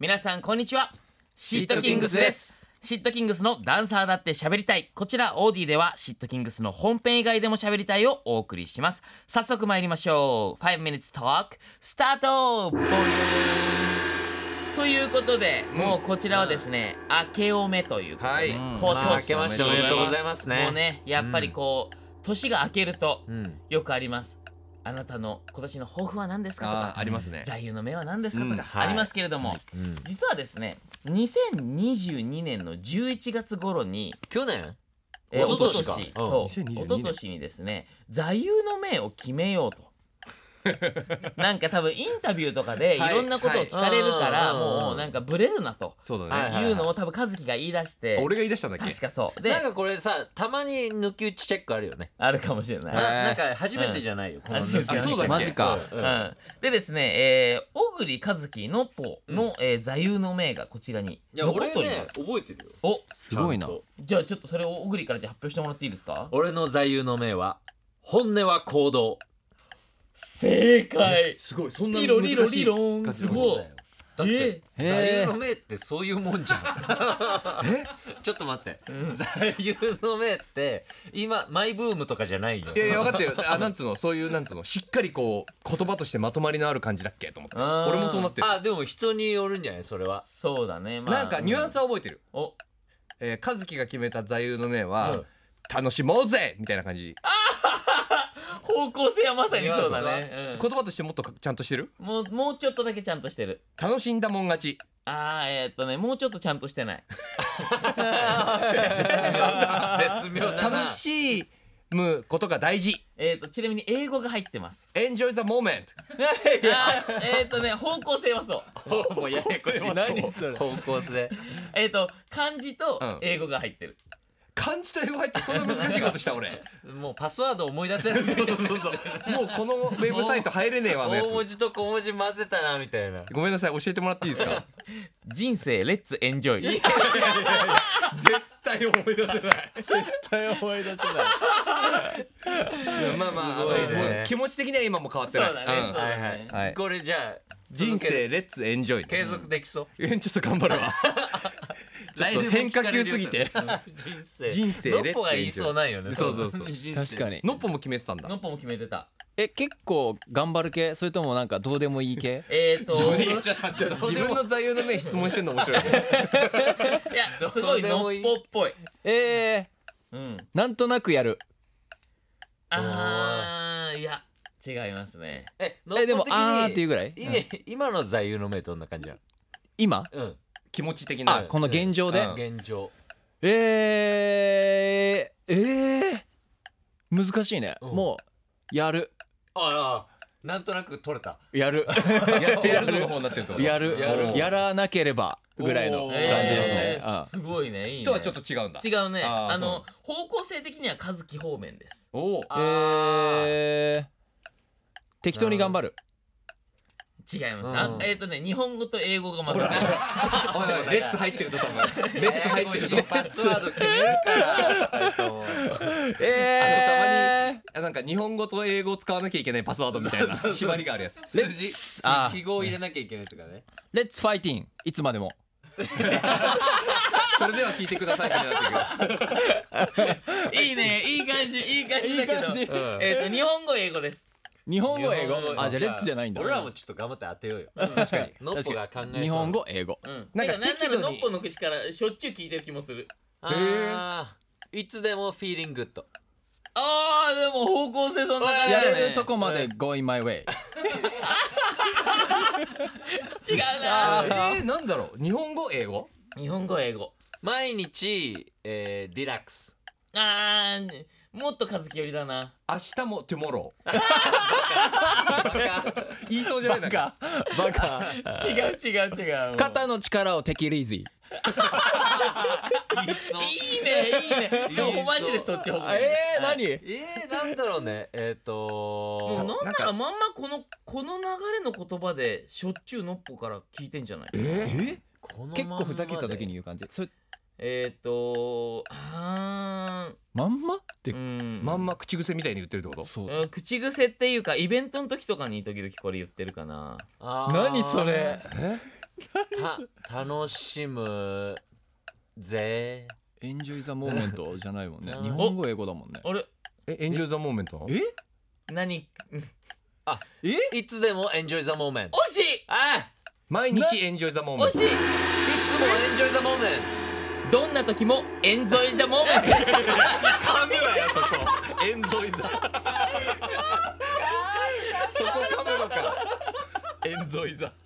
皆さんこんにちは。シットキングスです。シットキングスのダンサーだって喋りたい。こちらオーディではシットキングスの本編以外でも喋りたいをお送りします。早速参りましょう。5 minutes talk スタート。ということで、もうこちらはですね、明けおめということで、今年明けましておめでとうございますね。 もうね、やっぱりこう、年が明けるとよくあります。あなたの今年の抱負は何ですかとか、 ありますね。 座右の銘は何ですかとか、 はいありますけれども、実はですね、2022年の11月頃に、 去年一昨一昨年か年、そう、 2022 一昨年にですね、座右の銘を決めようと。なんか多分インタビューとかでいろんなことを聞かれるからはいもうなんかブレるなとそうはいだね。 いうのを多分和樹が言い出して俺が言い出したんだっけ。 確かそうでなんかこれさ、たまに抜き打ちチェックあるよね。 あるかもしれない。 なんか初めてじゃないよ、この抜き打ちチェック。 あそうだっけマジか。 うんでですね、小栗和樹のっぽの、座右の銘がこちらにいや、 残俺ねっております。 覚えてるよ。 おすごいなちゃんとじゃあちょっとそれを小栗からじゃあ発表してもらっていいですか。 俺の座右の銘は、本音は行動。 正解。 すごい。そんなリロリロリロンすごい。 だって座へー右の銘ってそういうもんじゃん。ちょっと待って、座右の銘って今マイブームとかじゃないよ。 いやいや分かってる。なんつうの、そういうなんつうの、しっかりこう言葉としてまとまりのある感じだっけと思って。 あー俺もそうなってる。 あ、でも人によるんじゃない、それは。 そうだね。まあなんかニュアンスは覚えてる。 お和樹が決めた座右の銘はうん楽しもうぜみたいな感じ。 方向性はまさにそうだね。 言葉としてもっとちゃんとしてる。 もうちょっとだけちゃんとしてる。 楽しんだもん勝ち。 もうちょっとちゃんとしてない。 絶妙だな。 楽しむことが大事。 ちなみに英語が入ってます。 Enjoy the moment。 方向性はそうもうややこしい。 何それ方向性。 漢字と英語が入ってる。 漢字と英語入ってそんな難しいことした俺。 もうパスワード思い出せない。 もうこのウェブサイト入れねえわのやつ。 大文字と小文字混ぜたなみたいな。 ごめんなさい、教えてもらっていいですか。 人生レッツエンジョイ。 絶対思い出せない。 絶対思い出せない。 まあまあ、 すごいねもう気持ち的には今も変わってない。 そうだねんそうだねはいはい。 はいこれじゃあ人生レッツエンジョイ。 継続できそう。 ちょっと頑張るわ。ちょっと変化球すぎて。人生ノッポが言いそうなんよね。 そうそうそう確かに。 のっぽも決めてたんだの。っぽも決めてた。 結構頑張る系、それともなんかどうでもいい系？ 自分の座右の銘質問してんの面白いね。 いやすごいのっぽっぽい。うん。 なんとなくやる。 いや違いますね。 でもあーっていうぐらい？ 今の座右の銘どんな感じな今？ の？ 気持ち的な。 この現状でうん。 現状。 難しいね。 うんもうやる。 ああ、なんとなく取れた。 やる。 やってやるぞの方になってると。 やるやる。 やらなければぐらいの感じですね。 すごいね。いいね。 とはちょっと違うんだ。 違うね。 あーそう方向性的には和樹方面です。 おお。 適当に頑張る。 違います。 うん日本語と英語が混ざってる。 おいレッツ入ってるぞ多分。レッツ入ってるぞ。 パスワード決めるから。 なんか日本語と英語を使わなきゃいけないパスワードみたいな縛りがあるやつ。 数字、 あ記号を入れなきゃいけないとかね。 レッツファイティン。いつまでも。 それでは聞いてくださいみたいになってくる。 いいね。いい感じ。いい感じだけど。 いい日本語英語です。 日本語英語。 日本語あ、じゃあレッツじゃないんだ。 俺らもちょっと頑張って当てようよ。確かに。ノッポが考えそう。 日本語英語。 なんか適度になんならのっぽの口からしょっちゅう聞いてる気もする。 あー、いつでもフィーリンググッド。 でも方向性そんな感じやだね。 れるとこまで going my way。 違うな。 なんだろう。日本語英語。 日本語英語。 毎日、リラックス。 もっと和樹寄りだな。 明日もトゥモロー。 バカ。 言いそうじゃないバカ。バカ。 違う。 肩の力をテキリーズ。 いいね。でもマジでそっち方向。 何？ なんだろうね。 もうなんならまんまこの流れの言葉でしょっちゅうのっぽから聞いてんじゃない？ 結構ふざけた時に言う感じ。それまんまってまんま口癖みたいに言ってるってこと？ そう。 口癖っていうかイベントの時とかに時々これ言ってるかな。 何それ？ 楽しむぜ。 エンジョイザモーメントじゃないもんね。 お日本語英語だもんね。 あれエンジョイザモーメント。 何いつでも Enjoy the moment。 惜しい毎日エンジョイザモーメント。 惜しいいつも Enjoy the moment。 どんな時もエンジョイザモーメント噛むなよそこ。エンジョイザ。そこ噛むのか。エンジョイザ。